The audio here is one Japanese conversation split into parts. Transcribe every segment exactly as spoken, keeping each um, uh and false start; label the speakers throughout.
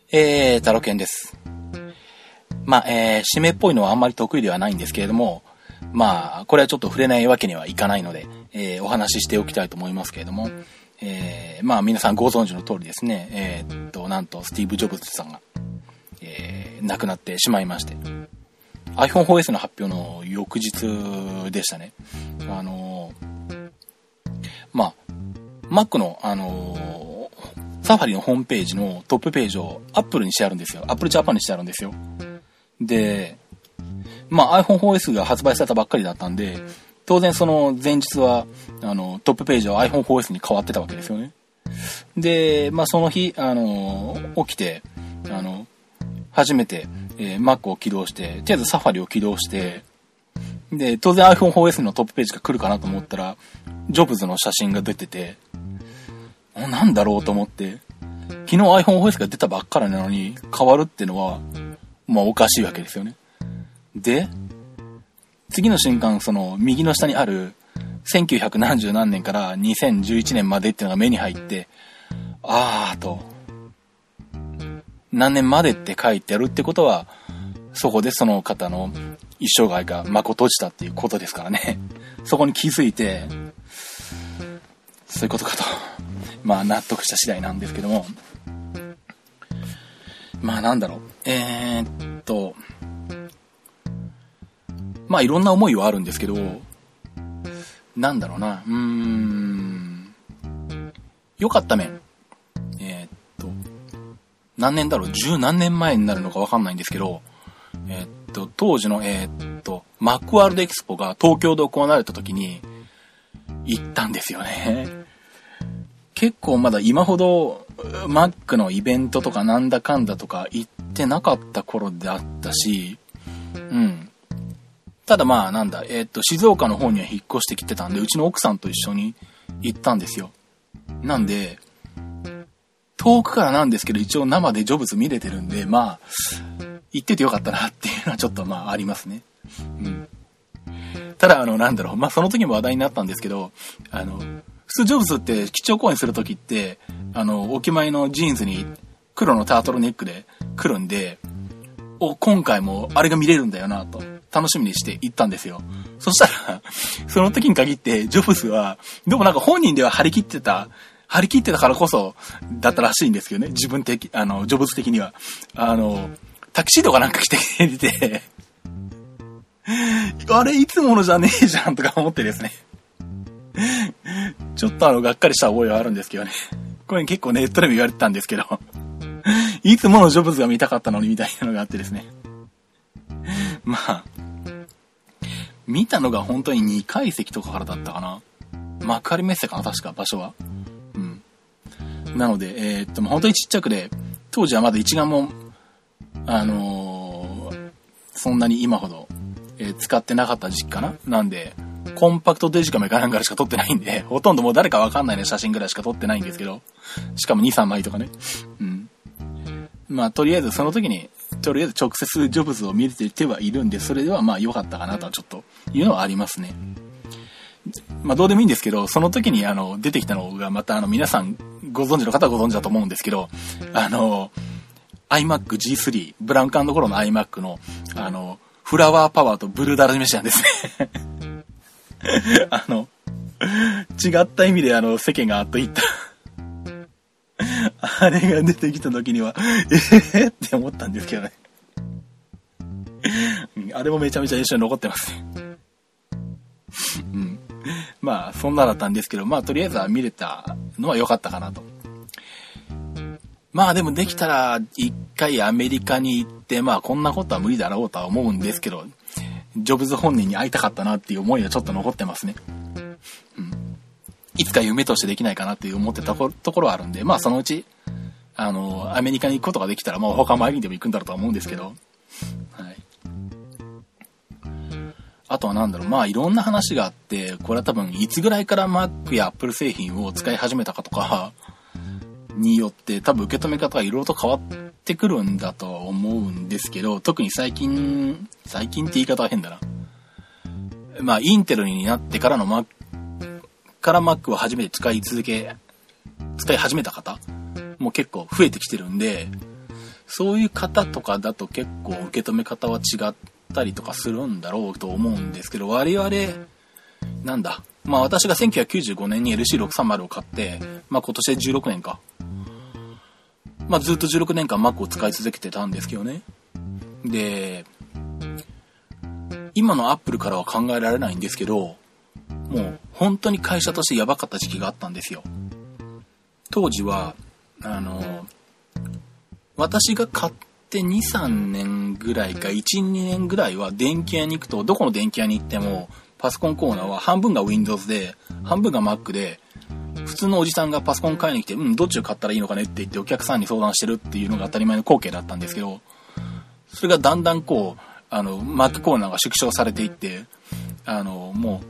Speaker 1: えー、タロケンです。まあ、えー、締めっぽいのはあんまり得意ではないんですけれども、まあ、これはちょっと触れないわけにはいかないので、えー、お話ししておきたいと思いますけれども、えー、まあ、皆さんご存知の通りですね、えー、っと、なんと、スティーブ・ジョブズさんが、えー、亡くなってしまいまして、iPhone フォーエス の発表の翌日でしたね。あのー、まあ、Mac の、あのー、サファリのホームページのトップページを Apple にしてあるんですよ。Apple Japan にしてあるんですよ。で、まあ iPhone フォーエス が発売されたばっかりだったんで、当然その前日は、あの、トップページは iPhone フォーエス に変わってたわけですよね。で、まあその日、あの、起きて、あの、初めて、えー、Mac を起動して、とりあえずサファリを起動して、で、当然 iPhone フォーエス のトップページが来るかなと思ったら、ジョブズの写真が出てて、なんだろうと思って、昨日 iPhone フォーエス が出たばっかりなのに変わるってのは、まあおかしいわけですよね。で、次の瞬間、その右の下にあるせんきゅうひゃくなんじゅうなんねんからにせんじゅういちねんまでっていうのが目に入って、あーと、何年までって書いてあるってことは、そこでその方の一生涯が幕を閉じたっていうことですからね。そこに気づいて、そういうことかと。まあ納得した次第なんですけども。まあなんだろう。えー、っと。まあいろんな思いはあるんですけど、なんだろうな。うーん。良かった面。えー、っと。何年だろう。十何年前になるのかわかんないんですけど、えー、っと、当時の、えー、っと、マックワールドエキスポが東京で行われた時に行ったんですよね。結構まだ今ほど Mac のイベントとかなんだかんだとか行ってなかった頃であったし、うん。ただまあなんだ、えー、っと、静岡の方には引っ越してきてたんで、うちの奥さんと一緒に行ったんですよ。なんで、遠くからなんですけど一応生でジョブズ見れてるんで、まあ、行っててよかったなっていうのはちょっとまあありますね。うん。ただあのなんだろう、まあその時も話題になったんですけど、あの、普通ジョブズって基調講演するときって、あの、お決まりのジーンズに黒のタートルネックで来るんで、お、今回もあれが見れるんだよなと、楽しみにして行ったんですよ。そしたら、その時に限って、ジョブズは、でもなんか本人では張り切ってた、張り切ってたからこそ、だったらしいんですけどね、自分的、あの、ジョブズ的には。あの、タキシードかなんか着て出て、あれいつものじゃねえじゃんとか思ってですね。ちょっとあの、がっかりした覚えはあるんですけどね。これ結構ネットでも言われてたんですけど、いつものジョブズが見たかったのにみたいなのがあってですね。まあ、見たのが本当ににかい席とかからだったかな。幕張メッセかな、確か場所は。うん。なので、えー、っと、本当にちっちゃくで、当時はまだ一眼も、あのー、そんなに今ほど、えー、使ってなかった時期かな。なんで、コンパクトデジカメかなんかしか撮ってないんで、ほとんどもう誰かわかんないね写真ぐらいしか撮ってないんですけど、しかもに、さんまいとかね。うん。まあ、とりあえずその時に、とりあえず直接ジョブズを見れててはいるんで、それではまあ良かったかなとはちょっというのはありますね。まあどうでもいいんですけど、その時にあの出てきたのがまたあの皆さんご存知の方はご存知だと思うんですけど、あの iMac ジースリー ブラウン管の頃の iMac のあのフラワーパワーとブルーダルメシアンですね。あの違った意味であの世間があっと言ったあれが出てきた時にはえーって思ったんですけどね。あれもめちゃめちゃ印象に残ってますね。うん。まあそんなだったんですけど、まあとりあえずは見れたのは良かったかなと。まあでもできたら一回アメリカに行って、まあこんなことは無理だろうとは思うんですけど、ジョブズ本人に会いたかったなっていう思いがちょっと残ってますね。うん。いつか夢としてできないかなって思ってたところはあるんで、まあそのうちあのアメリカに行くことができたらもう他周りにでも行くんだろうとは思うんですけど、はい。あとはなんだろう、まあいろんな話があって、これは多分いつぐらいから Mac や Apple 製品を使い始めたかとかによって多分受け止め方がいろいろと変わってくるんだとは思うんですけど、特に最近最近って言い方は変だな。まあインテルになってからの Mac から Mac を初めて使い続け使い始めた方も結構増えてきてるんで、 そういう方とかだと結構受け止め方は違ったりとかするんだろうと思うんですけど、我々、なんだ、まあ私がせんきゅうひゃくきゅうじゅうごねんに エルシーろくさんまる を買って、まあ今年でじゅうろくねんか。まあずっとじゅうろくねんかん Mac を使い続けてたんですけどね。で、今の Apple からは考えられないんですけど、もう本当に会社としてやばかった時期があったんですよ。当時は、あの、私が買ってに、さんねんぐらいか、いち、にねんぐらいは電気屋に行くと、どこの電気屋に行っても、パソコンコーナーは半分が Windows で、半分が Mac で、普通のおじさんがパソコン買いに来て、うん、どっちを買ったらいいのかねって言ってお客さんに相談してるっていうのが当たり前の光景だったんですけど、それがだんだんこう、あの、Mac コーナーが縮小されていって、あの、も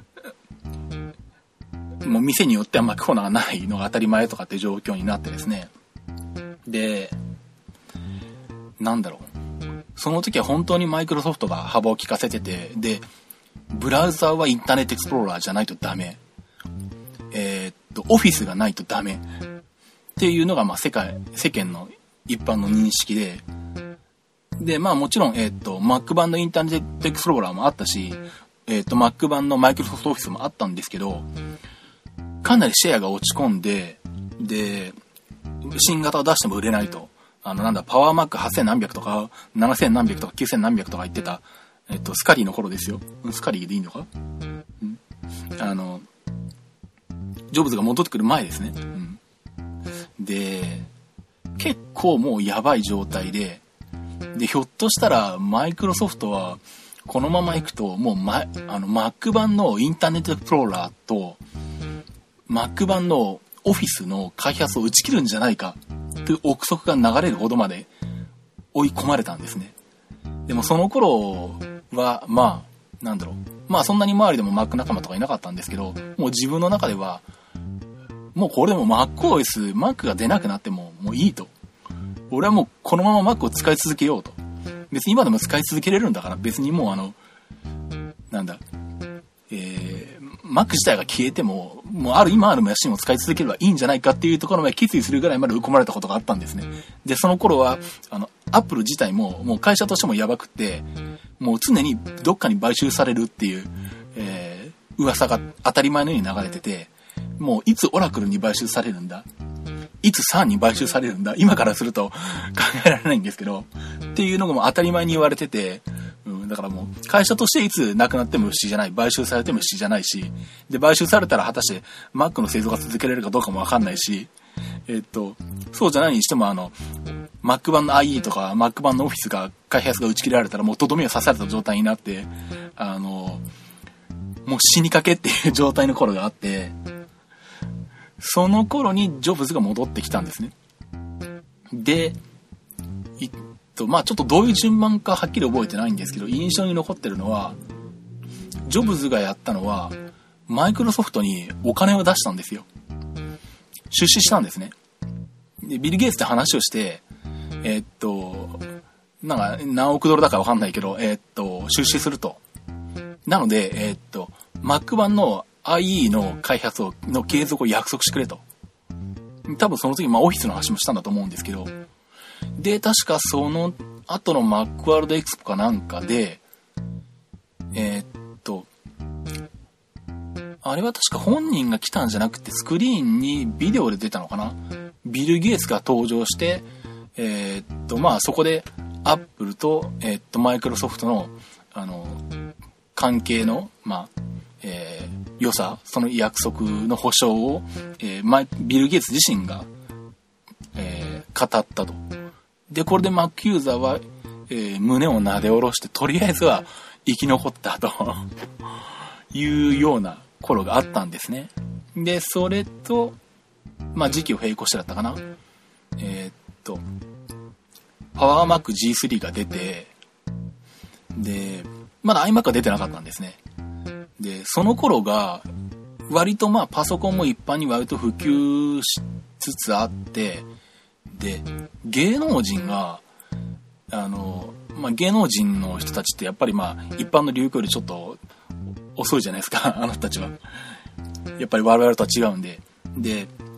Speaker 1: う、もう店によっては Mac コーナーがないのが当たり前とかって状況になってですね。で、なんだろう。その時は本当にマイクロソフトが幅を利かせてて、で、ブラウザーはインターネットエクスプローラーじゃないとダメ。えー、っと、オフィスがないとダメ。っていうのが、まあ、世界、世間の一般の認識で、で、まあもちろん、えー、っと、Mac 版のインターネットエクスプローラーもあったし、えー、っと、Mac 版のマイクロソフトオフィスもあったんですけど、かなりシェアが落ち込んで、で、新型を出しても売れないと。あの、なんだ、パワーマックはっせんなんびゃくとか、ななせんなんびゃくとか、きゅうせんなんびゃくとか言ってた、えっと、スカリーの頃ですよ。スカリーでいいのか、うん、あの、ジョブズが戻ってくる前ですね。うん、で、結構もうやばい状態で、で、ひょっとしたら、マイクロソフトは、このまま行くと、もう、ま、あの、Mac 版のインターネットエクスプローラーと、Mac 版のオフィスの開発を打ち切るんじゃないかという憶測が流れるほどまで追い込まれたんですね。でもその頃はまあなんだろう、まあそんなに周りでも Mac 仲間とかいなかったんですけど、もう自分の中ではもうこれでも MacOS Mac が出なくなってももういいと。俺はもうこのまま Mac を使い続けようと。別に今でも使い続けれるんだから、別にもうあのなんだえー、Mac 自体が消えても、もうある今あるマシンを使い続ければいいんじゃないかっていうところまで決意するぐらいまで追い込まれたことがあったんですね。で、その頃は、あの、Apple 自体も、もう会社としてもやばくって、もう常にどっかに買収されるっていう、えー、噂が当たり前のように流れてて、もういつオラクルに買収されるんだ、いつサンに買収されるんだ、今からすると考えられないんですけど、っていうのがもう当たり前に言われてて、うん、だからもう会社としていつなくなっても不思議じゃない、買収されても不思議じゃないし、で買収されたら果たして Mac の製造が続けられるかどうかもわかんないし、えー、っとそうじゃないにしてもあの Mac 版の アイイー とか Mac 版の Office が開発が打ち切られたらもうとどめを刺された状態になって、あのもう死にかけっていう状態の頃があって、その頃にジョブズが戻ってきたんですね。で、えっと、まあちょっとどういう順番かはっきり覚えてないんですけど、印象に残ってるのは、ジョブズがやったのは、マイクロソフトにお金を出したんですよ。出資したんですね。で、ビル・ゲイツって話をして、えっと、なんか何億ドルだかわかんないけど、えっと、出資すると。なので、えっと、Mac 版のアイイー の開発をの継続を約束してくれと。多分その時、まあオフィスの話もしたんだと思うんですけど、で確かその後の Macworld Expo かなんかで、えー、っとあれは確か本人が来たんじゃなくてスクリーンにビデオで出たのかな。ビル・ゲイツが登場して、えー、っとまあそこでアップルとえー、っとマイクロソフトのあの関係のまあえー良さ、その約束の保証を、えー、マイビル・ゲイツ自身が、えー、語ったと。で、これで Mac ユーザーは、えー、胸をなで下ろして、とりあえずは生き残ったというような頃があったんですね。で、それと、まあ時期を並行してだったかな。えー、っと、パワーマック ジースリー が出て、で、まだ iMac は出てなかったんですね。で、その頃が、割とまあパソコンも一般に割と普及しつつあって、で、芸能人が、あの、まあ芸能人の人たちってやっぱりまあ一般の流行よりちょっと遅いじゃないですか、あの人たちは。やっぱり我々とは違うんで。で、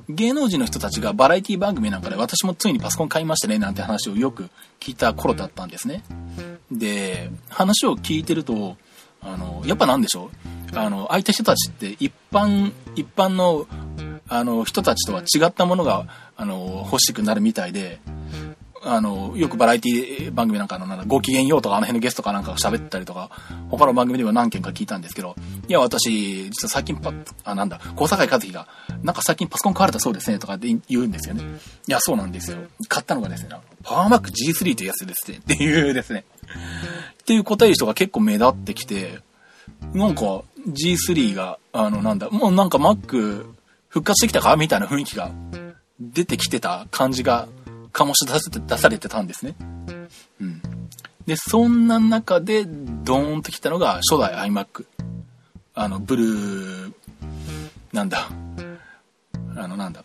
Speaker 1: 芸能人の人たちがバラエティ番組なんかで私もついにパソコン買いましたねなんて話をよく聞いた頃だったんですね。で、話を聞いてると、あの、やっぱなんでしょう、あの、相手人たちって一般、一般の、あの、人たちとは違ったものが、あの、欲しくなるみたいで、あの、よくバラエティ番組なんかの、なんだ、ごきげんようとかあの辺のゲストかなんかが喋ったりとか、他の番組では何件か聞いたんですけど、いや、私、実は最近パッ、あ、なんだ、小坂井和樹が、なんか最近パソコン買われたそうですね、とかって言うんですよね。いや、そうなんですよ。買ったのがですね、パワーマック ジースリー というやつですね、っていうですね。っていう答える人が結構目立ってきて、なんか ジースリー が、あの、なんだ、もうなんか Mac 復活してきたかみたいな雰囲気が出てきてた感じが、醸し出されて、出されてたんですね。うん。で、そんな中で、ドーンときたのが初代 iMac。あの、ブルー、なんだ。あの、なんだ。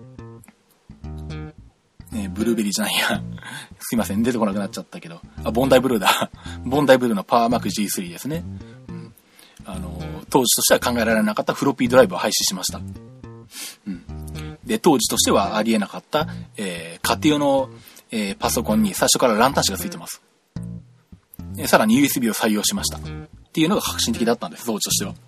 Speaker 1: ね、ブルーベリーじゃないや。すいません、出てこなくなっちゃったけど。あ、ボンダイブルーだ。ボンダイブルーのパワーマック ジースリー ですね。うん。あの、当時としては考えられなかったフロッピードライブを廃止しました。うん。で、当時としてはありえなかった、えー、家庭用の、えー、パソコンに最初からランタン紙がついてます。えー、さらに ユーエスビー を採用しました。っていうのが革新的だったんです、当時としては。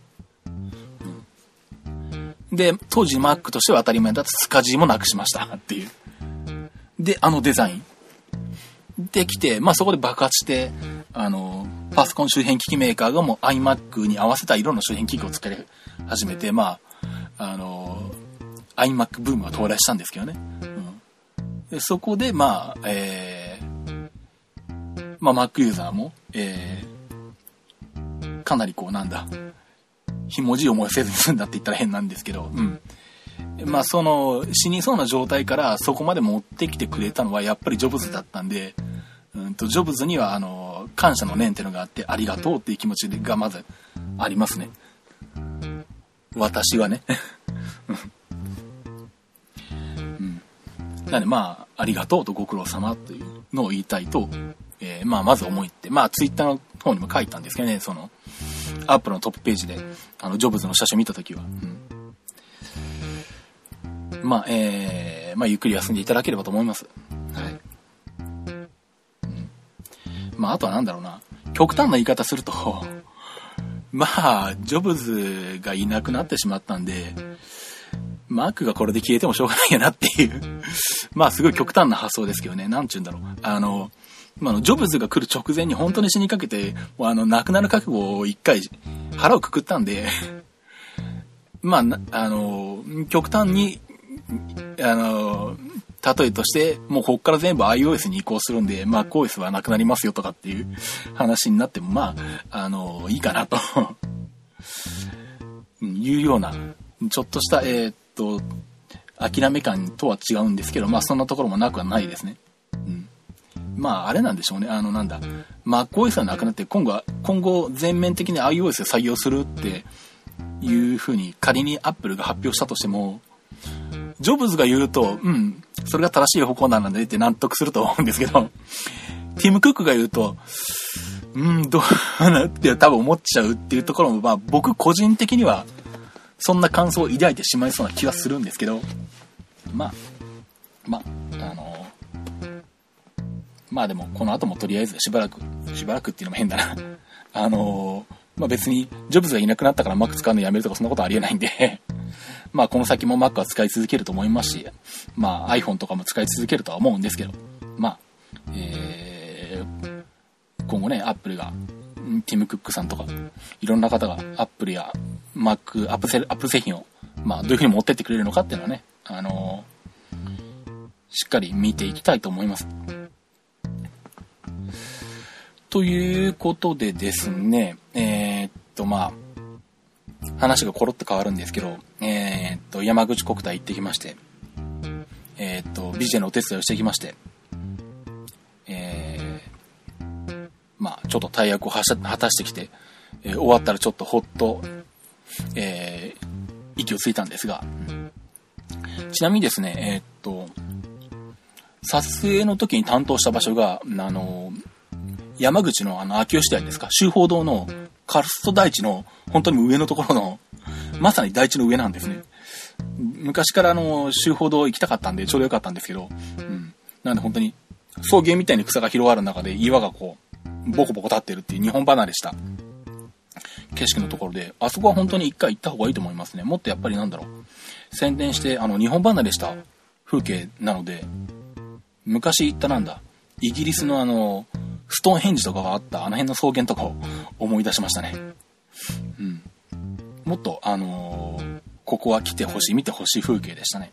Speaker 1: うん、で、当時 Mac としては当たり前だったスカジーもなくしましたっていう。で、あのデザイン。できて、まあそこで爆発して、あの、パソコン周辺機器メーカーがもう iMac に合わせた色の周辺機器を作り始めて、まあ、あの、iMac ブームが到来したんですけどね。うん、でそこで、まあ、えー、まあ Mac ユーザーも、えー、かなりこうなんだ、ひもじい思いをせずに済んだって言ったら変なんですけど、うん。まあその死にそうな状態からそこまで持ってきてくれたのはやっぱりジョブズだったんで、うんとジョブズにはあの感謝の念っていうのがあってありがとうっていう気持ちがまずありますね。私はね。うん、なんでまあありがとうとご苦労様というのを言いたいと、えー、まあまず思いってまあツイッターの方にも書いたんですけどね、そのアップルのトップページであのジョブズの写真見たときは。うんまあ、えー、まあ、ゆっくり休んでいただければと思います。はい。うん、まあ、あとはなんだろうな。極端な言い方すると、まあ、ジョブズがいなくなってしまったんで、マークがこれで消えてもしょうがないよなっていう。まあ、すごい極端な発想ですけどね。なんちゅうんだろう。あの、まあ、ジョブズが来る直前に本当に死にかけて、もうあの、亡くなる覚悟を一回腹をくくったんで、まあ、あの、極端に、あの例えとしてもうここから全部 iOS に移行するんで MacOS はなくなりますよとかっていう話になってもまああのいいかなというようなちょっとしたえー、っと諦め感とは違うんですけどまあそんなところもなくはないですね。うん、まああれなんでしょうね。あのなんだ MacOS はなくなって今後は今後全面的に iOS を採用するっていう風に仮に Apple が発表したとしてもジョブズが言うと、うん、それが正しい方向なんだねって納得すると思うんですけど、ティム・クックが言うと、うん、どうなって多分思っちゃうっていうところも、まあ僕個人的にはそんな感想を抱いてしまいそうな気はするんですけど、まあ、まあ、あの、まあでもこの後もとりあえずしばらく、しばらくっていうのも変だな。あの、まあ別にジョブズがいなくなったから Mac 使うのやめるとかそんなことありえないんで、まあこの先も Mac は使い続けると思いますし、まあ iPhone とかも使い続けるとは思うんですけど、まあ、えー、今後ね、Apple が、ティム・クックさんとか、いろんな方が Apple や Mac、Apple 製品を、まあどういう風に持ってってくれるのかっていうのはね、あのー、しっかり見ていきたいと思います。ということでですね、えー、っとまあ、話がコロッと変わるんですけど、えー、っと、山口国体行ってきまして、えー、っと、ビジェのお手伝いをしてきまして、えー、まあ、ちょっと大役を果たしてきて、えー、終わったらちょっとほっと、えー、息をついたんですが、ちなみにですね、えー、っと、撮影の時に担当した場所が、あの、山口のあの、秋吉台ですか、修法堂のカルスト台地の本当に上のところのまさに台地の上なんですね。 昔からあの、周報堂行きたかったんでちょうどよかったんですけど、うん。なんで本当に、草原みたいに草が広がる中で岩がこう、ボコボコ立ってるっていう日本離れした景色のところで、あそこは本当に一回行った方がいいと思いますね。もっとやっぱりなんだろう、宣伝して、あの、日本離れした風景なので、昔行ったなんだ、イギリスのあの、ストーンヘンジとかがあったあの辺の草原とかを思い出しましたね。うん。もっと、あのー、ここは来てほしい、見てほしい風景でしたね。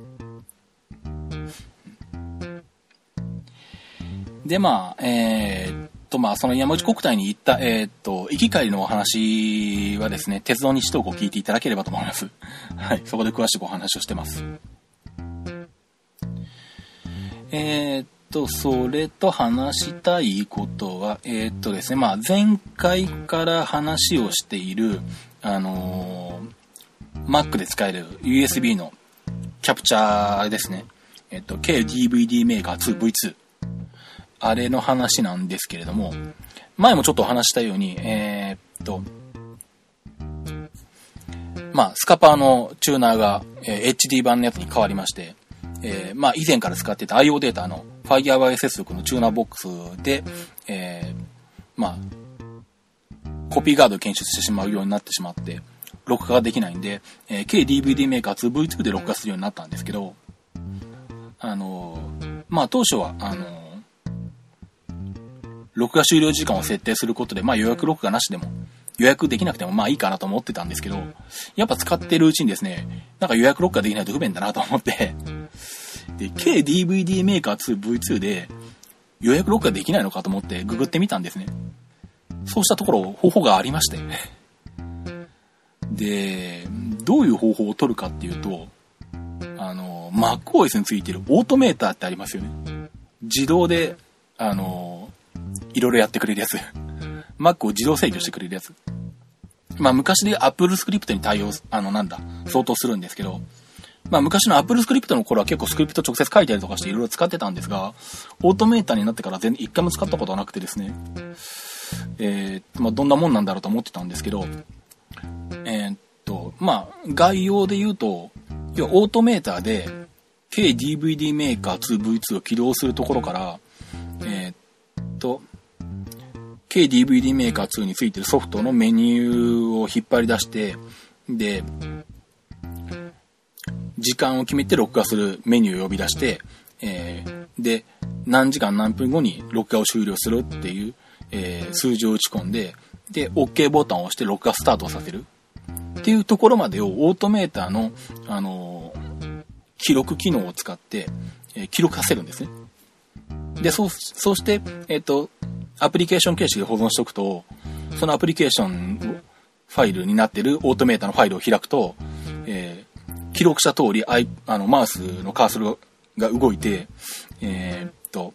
Speaker 1: で、まあ、えー、っと、まあ、その山内国体に行った、えー、っと、行き帰りのお話はですね、鉄道日トークを聞いていただければと思います。はい、そこで詳しくお話をしてます。えー、っと、それと話したいことは、えー、っとですね、まあ、前回から話をしている、あのー、Mac で使える ユーエスビー のキャプチャーですね。えっと、ケーディーブイディー メーカー ツーブイツー。あれの話なんですけれども、前もちょっとお話したように、えー、っと、まあ、スカパーのチューナーが、えー、エイチディー 版のやつに変わりまして、えー、まあ、以前から使ってた アイオー データの Firewire 接続のチューナーボックスで、えー、まあ、コピーガードを検出してしまうようになってしまって、録画ができないんで、えー、ケーディーブイディー メーカー ツーブイツー で録画するようになったんですけど、あのー、まあ、当初は、あのー、録画終了時間を設定することで、まあ予約録画なしでも、予約できなくてもまあいいかなと思ってたんですけど、やっぱ使ってるうちにですね、なんか予約録画できないと不便だなと思って、で、ケーディーブイディー メーカー ツーブイツー で予約録画できないのかと思ってググってみたんですね。そうしたところ方法がありまして。で、どういう方法を取るかっていうと、あの、MacOS についてるオートメーターってありますよね。自動で、あの、いろいろやってくれるやつ。Mac を自動制御してくれるやつ。まあ昔で Apple Script に対応、あのなんだ、相当するんですけど、まあ昔の Apple Script の頃は結構スクリプト直接書いたりとかしていろいろ使ってたんですが、オートメーターになってから全然一回も使ったことはなくてですね、えー、まあどんなもんなんだろうと思ってたんですけど、えー、っと、まあ概要で言うと、要はオートメーターで ケーディーブイディー メーカー ツーブイツー を起動するところから、えー、っと、ケーディーブイディー メーカーツーについてるソフトのメニューを引っ張り出して、で、時間を決めて録画するメニューを呼び出して、えー、で、何時間何分後に録画を終了するっていう、えー、数字を打ち込んで、で、OK ボタンを押して録画スタートをさせるっていうところまでをオートメーターの、あのー、記録機能を使って、えー、記録させるんですね。で、そう、そうして、えっと、アプリケーション形式で保存しておくと、そのアプリケーションファイルになっているオートメーターのファイルを開くと、えー、記録した通り、あい、あの、マウスのカーソルが動いて、えー、っと、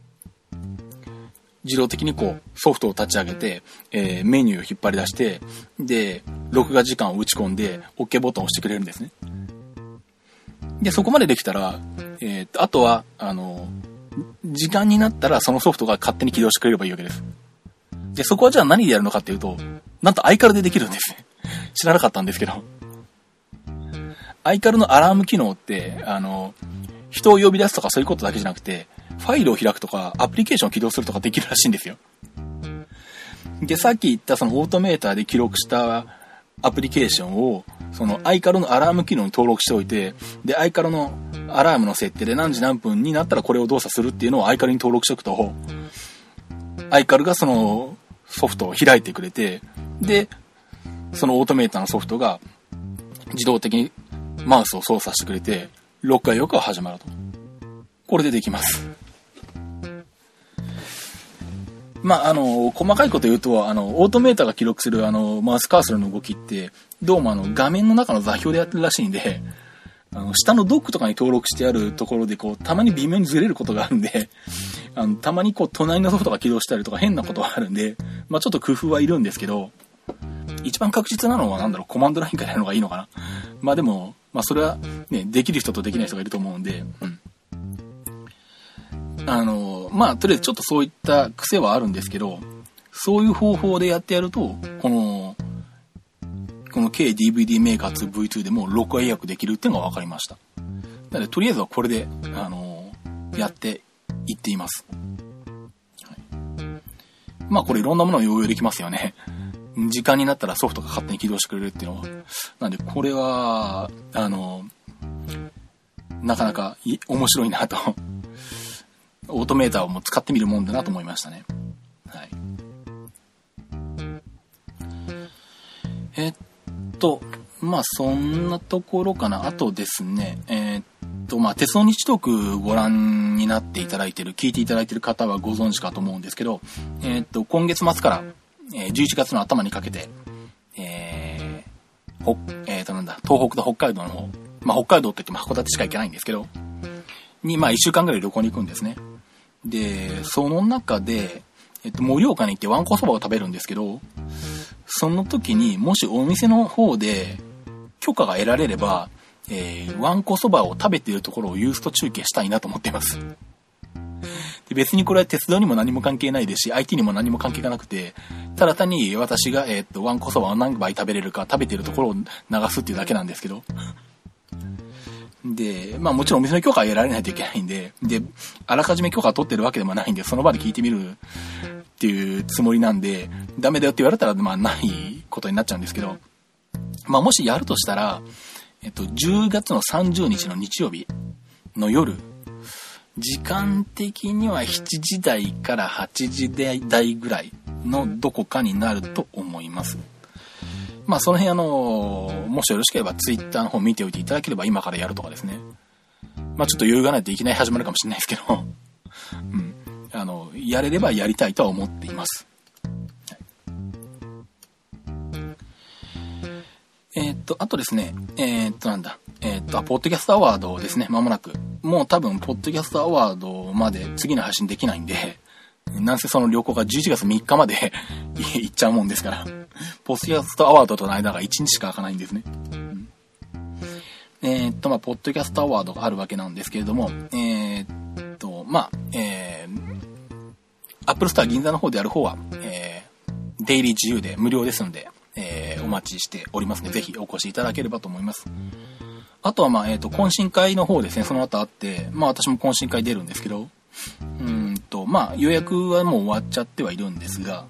Speaker 1: 自動的にこう、ソフトを立ち上げて、えー、メニューを引っ張り出して、で、録画時間を打ち込んで、OK ボタンを押してくれるんですね。で、そこまでできたら、えー、あとは、あの、時間になったらそのソフトが勝手に起動してくれればいいわけです。で、そこはじゃあ何でやるのかっていうと、なんとアイカルでできるんですね。知らなかったんですけど。アイカルのアラーム機能って、あの、人を呼び出すとかそういうことだけじゃなくて、ファイルを開くとか、アプリケーションを起動するとかできるらしいんですよ。で、さっき言ったそのオートメーターで記録したアプリケーションを、そのアイカルのアラーム機能に登録しておいて、で、アイカルのアラームの設定で何時何分になったらこれを動作するっていうのをアイカルに登録しておくと、アイカルがそのソフトを開いてくれて、で、そのオートメーターのソフトが自動的にマウスを操作してくれて、録画予約が始まると。これでできます。まあ、あの、細かいこと言うと、あの、オートメーターが記録するあの、マウスカーソルの動きって、どうもあの、画面の中の座標でやってるらしいんで、あの、下のドックとかに登録してあるところで、こう、たまに微妙にずれることがあるんで、あの、たまにこう、隣のソフトが起動したりとか変なことがあるんで、まあ、ちょっと工夫はいるんですけど、一番確実なのはなんだろう、コマンドラインからやるのがいいのかな。まあでも、まあそれはね、できる人とできない人がいると思うんで、うん。あの、まあとりあえずちょっとそういった癖はあるんですけど、そういう方法でやってやると、この、 この K ディーブイディー メーカー ツーブイツー でも録画予約できるっていうのが分かりました。なのでとりあえずはこれで、あのー、やっていっています。はい、まあこれいろんなものを応用できますよね。時間になったらソフトが勝手に起動してくれるっていうのは。なんでこれは、あのー、なかなか面白いなと。オートメーターをも使ってみるもんだなと思いましたね。はい。えっと、まあそんなところかな。あとですね、えー、っと、まあ鉄道日トークご覧になっていただいている、聞いていただいている方はご存知かと思うんですけど、えー、っと、今月末から、えー、じゅういちがつの頭にかけて、えー、ほ、えー、っとなんだ、東北と北海道の方、まあ北海道って言っても函館しか行けないんですけど、に、まあいっしゅうかんぐらい旅行に行くんですね。で、その中で、えっと、盛岡に行ってわんこそばを食べるんですけど、その時にもしお店の方で許可が得られれば、えー、わんこそばを食べているところをユースト中継したいなと思っています。で、別にこれは鉄道にも何も関係ないですし、アイティー にも何も関係がなくて、ただ単に私が、えー、っと、わんこそばを何杯食べれるか食べているところを流すっていうだけなんですけど、で、まあもちろんお店の許可は得られないといけないんで、で、あらかじめ許可を取ってるわけでもないんで、その場で聞いてみるっていうつもりなんで、ダメだよって言われたら、まあないことになっちゃうんですけど、まあもしやるとしたら、えっと、じゅうがつのさんじゅうにちの日曜日の夜、時間的にはしちじ台からはちじ台ぐらいのどこかになると思います。まあその辺あの、もしよろしければツイッターの方見ておいていただければ今からやるとかですね。まあちょっと余裕がないといきなり始まるかもしれないですけど、うん。あの、やれればやりたいとは思っています。はい、えー、っと、あとですね、えー、っとなんだ、えー、っと、ポッドキャストアワードですね、間もなく。もう多分、ポッドキャストアワードまで次の配信できないんで、なんせその旅行がじゅういちがつみっかまで行っちゃうもんですから、ポッドキャストアワードとの間がいちにちしか開かないんですね。うん、えー、っと、まあ、ポッドキャストアワードがあるわけなんですけれども、えー、っと、まあ、えー、アップルストア銀座の方でやる方は、えー、出入り自由で無料ですので、えー、お待ちしておりますので、ぜひお越しいただければと思います。あとは、まあ、えー、っと、懇親会の方ですね、その後あって、まあ、私も懇親会出るんですけど、うんと、まあ、予約はもう終わっちゃってはいるんですが、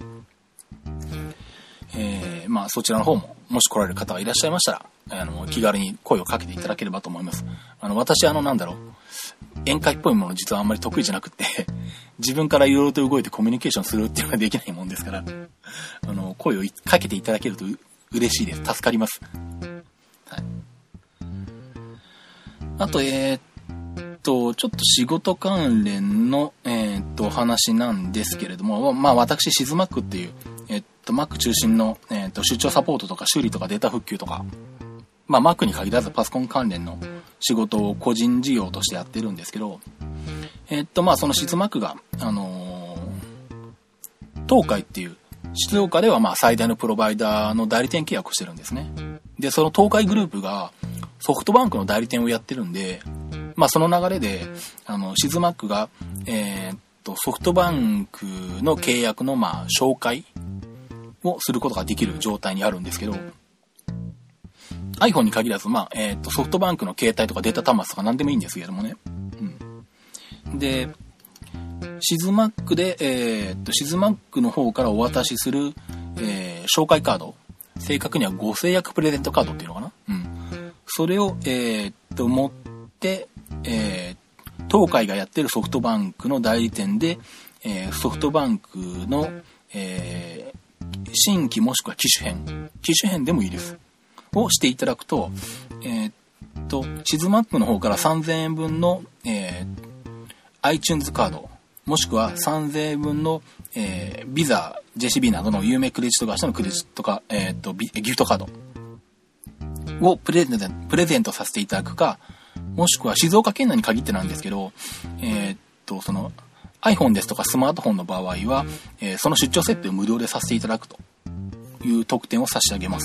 Speaker 1: えー、まあ、そちらの方も、もし来られる方がいらっしゃいましたら、あの、気軽に声をかけていただければと思います。あの、私、あの、なんだろう、宴会っぽいもの実はあんまり得意じゃなくって、自分からいろいろと動いてコミュニケーションするっていうのができないもんですから、あの、声をかけていただけると嬉しいです。助かります。はい。あと、えー、っと、ちょっと仕事関連の、えー、っと、話なんですけれども、まあ、私、シズマックっていう、えー、っと、Mac 中心の、えー、っと、出張サポートとか修理とかデータ復旧とか、まあ、Mac に限らずパソコン関連の仕事を個人事業としてやってるんですけど、えー、っと、まあ、そのシズマックが、あのー、東海っていう、静岡ではまあ最大のプロバイダーの代理店契約をしてるんですね。で、その東海グループがソフトバンクの代理店をやってるんで、まあその流れで、あの、シズマックが、えー、っと、ソフトバンクの契約のまあ紹介をすることができる状態にあるんですけど、iPhone に限らず、まあ、えー、っと、ソフトバンクの携帯とかデータ端末とか何でもいいんですけどもね。うん、で、シズマックで、えー、っと、シズマックの方からお渡しする、えー、紹介カード。正確にはご制約プレゼントカードっていうのかな。うん。それを、えー、っと、持って、えー、東海がやってるソフトバンクの代理店で、えー、ソフトバンクの、えー、新規もしくは機種変。機種変でもいいです。をしていただくと、えー、っと、シズマックの方からさんぜんえんぶんの、えー、iTunes カード。もしくはさんぜんえんぶんの、えー、ビザ、ジェーシービー などの有名クレジット会社のクレジットか、えー、っと、ギフトカードをプレゼント、プレゼントさせていただくか、もしくは静岡県内に限ってなんですけど、えー、っと、その iPhone ですとかスマートフォンの場合は、えー、その出張設定を無料でさせていただくという特典を差し上げます。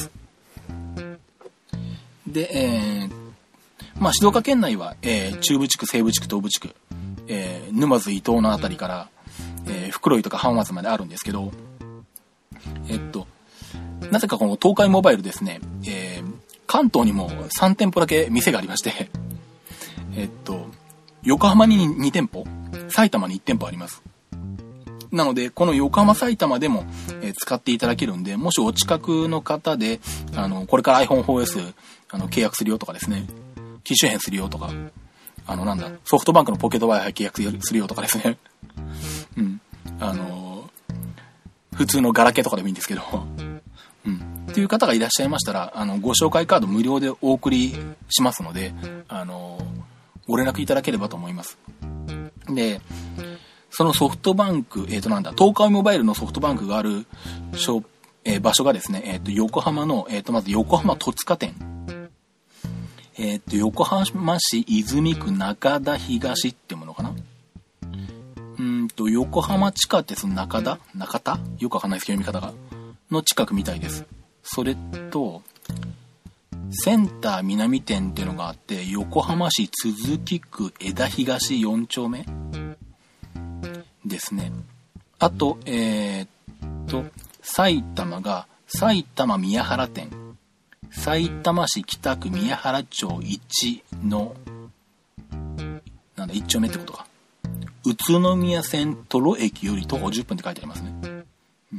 Speaker 1: で、えー、まあ、静岡県内は、えー、中部地区、西部地区、東部地区、えー、沼津伊東のあたりから、えー、袋井とか浜松まであるんですけど、えっと、 なぜかこの東海モバイルですね、えー、関東にもさん店舗だけ店がありまして、えっと、横浜にに店舗、埼玉にいち店舗あります。なので、この横浜埼玉でも、えー、使っていただけるんで、もしお近くの方で、あの、これから アイフォンフォーエス、あの、契約するよとかですね、機種変するよとか、あの、なんだ、ソフトバンクのポケット Wi-Fi 契約するよとかですね、うん、あの、普通のガラケーとかでもいいんですけど、うん、っていう方がいらっしゃいましたら、あの、ご紹介カード無料でお送りしますので、あの、ご連絡いただければと思います。で、そのソフトバンク、えっとなんだ、東海モバイルのソフトバンクがあるショ、えー、場所がですね、えっと、横浜の、えっと、まず横浜戸塚店。えっと、横浜市泉区中田東ってものかな。うんと、横浜地下鉄中田中田よくわかんないですけど、読み方が。の近くみたいです。それと、センター南店っていうのがあって、横浜市都筑区枝東よん丁目ですね。あと、えー、っと、埼玉が埼玉宮原店。埼玉市北区宮原町いちの、なんだ、いち丁目ってことか。宇都宮線戸呂駅より徒歩じゅっぷんって書いてありますね。うん、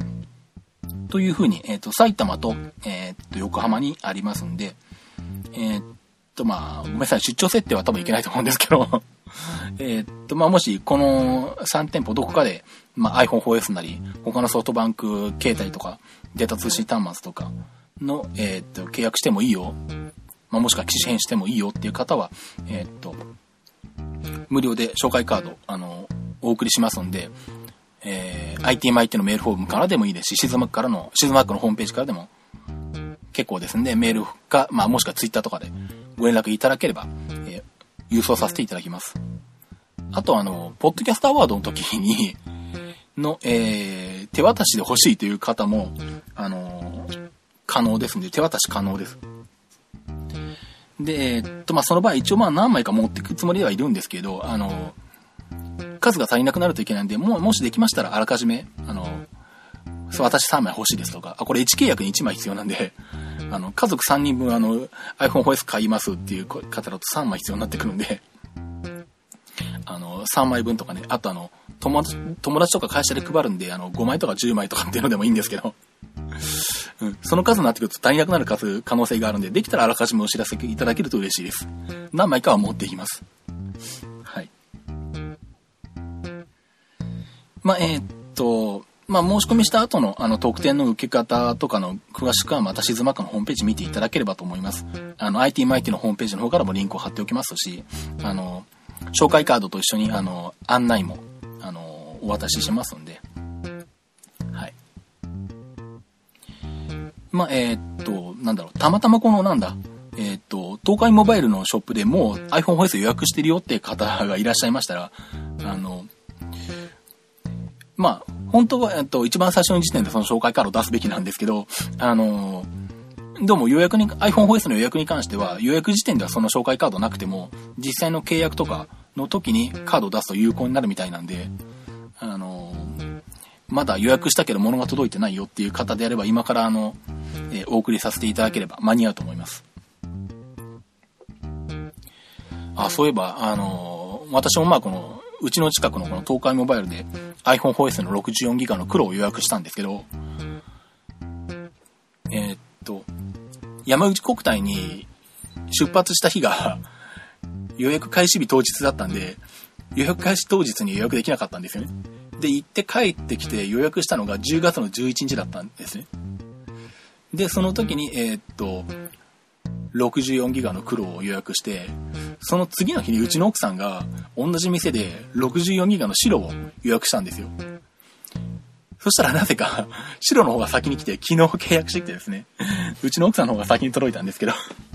Speaker 1: というふうに、えー、っと、埼玉と、えー、っと、横浜にありますんで、えー、っと、まあ、ごめんなさい、出張設定は多分いけないと思うんですけど、えっと、まあ、もし、このさん店舗どこかで、まあ、アイフォンフォーエス なり、他のソフトバンク携帯とか、データ通信端末とかの、えっと、契約してもいいよ。まあ、もしくは機種変してもいいよっていう方は、えっと、無料で紹介カード、あの、お送りしますんで、えー、アイティー マイティのメールフォームからでもいいですし、シズマックからの、シズマックのホームページからでも結構ですんで、メールか、まあ、もしくはツイッターとかでご連絡いただければ、えー、郵送させていただきます。あとあの、ポッドキャストアワードの時に、の、えー、手渡しで欲しいという方も、あのー、可能ですんで、手渡し可能です。で、えー、っと、まあ、その場合一応まあ何枚か持っていくつもりではいるんですけど、あのー、数が足りなくなるといけないんで、もう、もしできましたらあらかじめ、あのー、そう、私さんまい欲しいですとか、あ、これいち契約にいちまい必要なんで、あの、家族さんにんぶんあの、アイフォンフォーエス 買いますっていう方だとさんまい必要になってくるんで、あの、さんまいぶんとかね、あとあの、友達、友達とか会社で配るんで、あの、ごまいとかじゅうまいとかっていうのでもいいんですけど、うん、その数になってくると足りなくなる数、可能性があるんで、できたらあらかじめお知らせいただけると嬉しいです。何枚かは持っていきます。はい。まあ、えー、っと、まあ、申し込みした後の、あの、特典の受け方とかの詳しくはまたシズマックのホームページ見ていただければと思います。あの、アイティー マイティのホームページの方からもリンクを貼っておきますし、あの、紹介カードと一緒に、あの、案内も、あの、お渡ししますんで。はい。まあ、えー、っと、なんだろう、たまたまこの、なんだ、えー、っと、東海モバイルのショップでもう アイフォンフォーエス 予約してるよって方がいらっしゃいましたら、あの、まあ、本当は、えっと、一番最初の時点でその紹介カードを出すべきなんですけど、あの、どうも予約に、アイフォンフォーエス の予約に関しては、予約時点ではその紹介カードなくても、実際の契約とかの時にカードを出すと有効になるみたいなんで、あの、まだ予約したけど物が届いてないよっていう方であれば、今からあの、えー、お送りさせていただければ間に合うと思います。あ、そういえば、あの、私もまあこの、うちの近くのこの東海モバイルで アイフォンフォーエス の ろくじゅうよんギガ の黒を予約したんですけど、えー、っと、山口国体に出発した日が予約開始日当日だったんで、予約開始当日に予約できなかったんですよね。で、行って帰ってきて予約したのがじゅうがつのじゅういちにちだったんですね。で、その時に、えー、っと、ろくじゅうよんギガ の黒を予約して、その次の日にうちの奥さんが同じ店で ろくじゅうよんギガ の白を予約したんですよ。そしたらなぜか白の方が先に来て、昨日契約してきてですね、うちの奥さんの方が先に届いたんですけど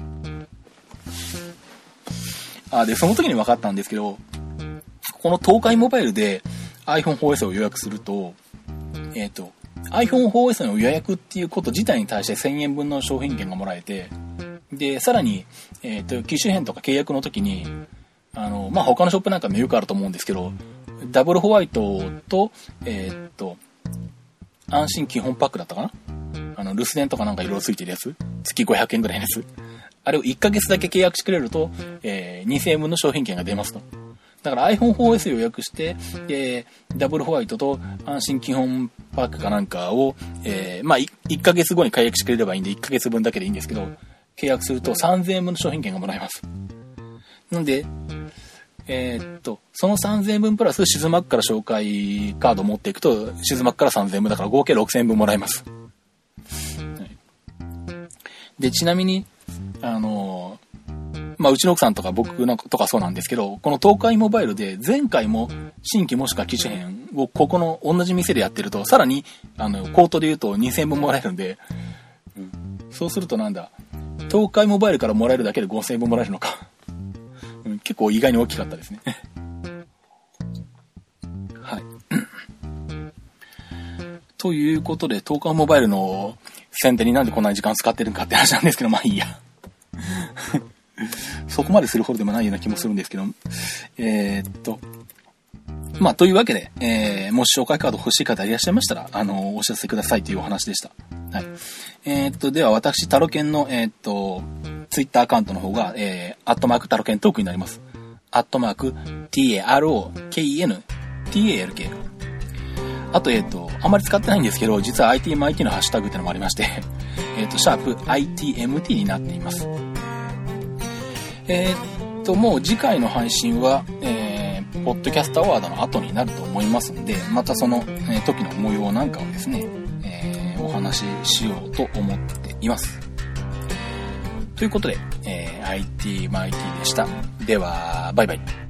Speaker 1: あ、で、その時に分かったんですけど、この東海モバイルで アイフォンフォーエス を予約すると、えっと、アイフォンフォーエス の予約っていうこと自体に対してせんえんぶんの商品券がもらえて、で、さらに、えっと、機種変とか契約の時に、あの、まあ、他のショップなんかもよくあると思うんですけど、ダブルホワイトと、えっと、安心基本パックだったかな、あの、留守電とかなんかいろいろついてるやつ、月ごひゃくえんぐらいのやつ。あれをいっかげつだけ契約してくれると、えー、にせんえんぶんの商品券が出ますと。だから iPhone フォーエス 予約して、えー、ダブルホワイトと安心基本パックかなんかを、えー、まあ、いっかげつごに解約してくれればいいんで、いっかげつぶんだけでいいんですけど、契約するとさんぜんえんぶんの商品券がもらえます。なんで、えー、っと、そのさんぜんえんぶんプラス、シズマックから紹介カードを持っていくと、シズマックからさんぜんえんぶんだから合計ろくせんえんぶんもらえます。はい、で、ちなみに、あのー、まあ、うちの奥さんとか僕なんかとかそうなんですけど、この東海モバイルで前回も新規もしくは機種変をここの同じ店でやってると、さらに、あの、コートで言うとにせんえんぶんもらえるんで、うん、そうするとなんだ、東海モバイルからもらえるだけでごせんえんぶんもらえるのか。うん、結構意外に大きかったですね。はい。ということで、東海モバイルの宣伝になんでこんなに時間使ってるんかって話なんですけど、まあいいや。そこまでするほどでもないような気もするんですけど、えー、っと、まあというわけで、えー、もし紹介カード欲しい方いらっしゃいましたら、あの、お知らせくださいというお話でした。はい。えー、っと、では私、タロケンの、えー、っと、ツイッターアカウントの方が、えー、アットマークタロケントークになります。アットマーク、ティーエーアールオーケーイーエヌティーエーエルケー。あと、えっと、あんまり使ってないんですけど、実は アイティーエムアイティー のハッシュタグってのもありまして、えっと、シャープ アイティーエムティー になっています。えー、っと、もう次回の配信は、えー、ポッドキャストアワードの後になると思いますんで、またその、えー、時の模様なんかをですね、えー、お話ししようと思っています。ということで、えー、アイティーエムアイティー でした。では、バイバイ。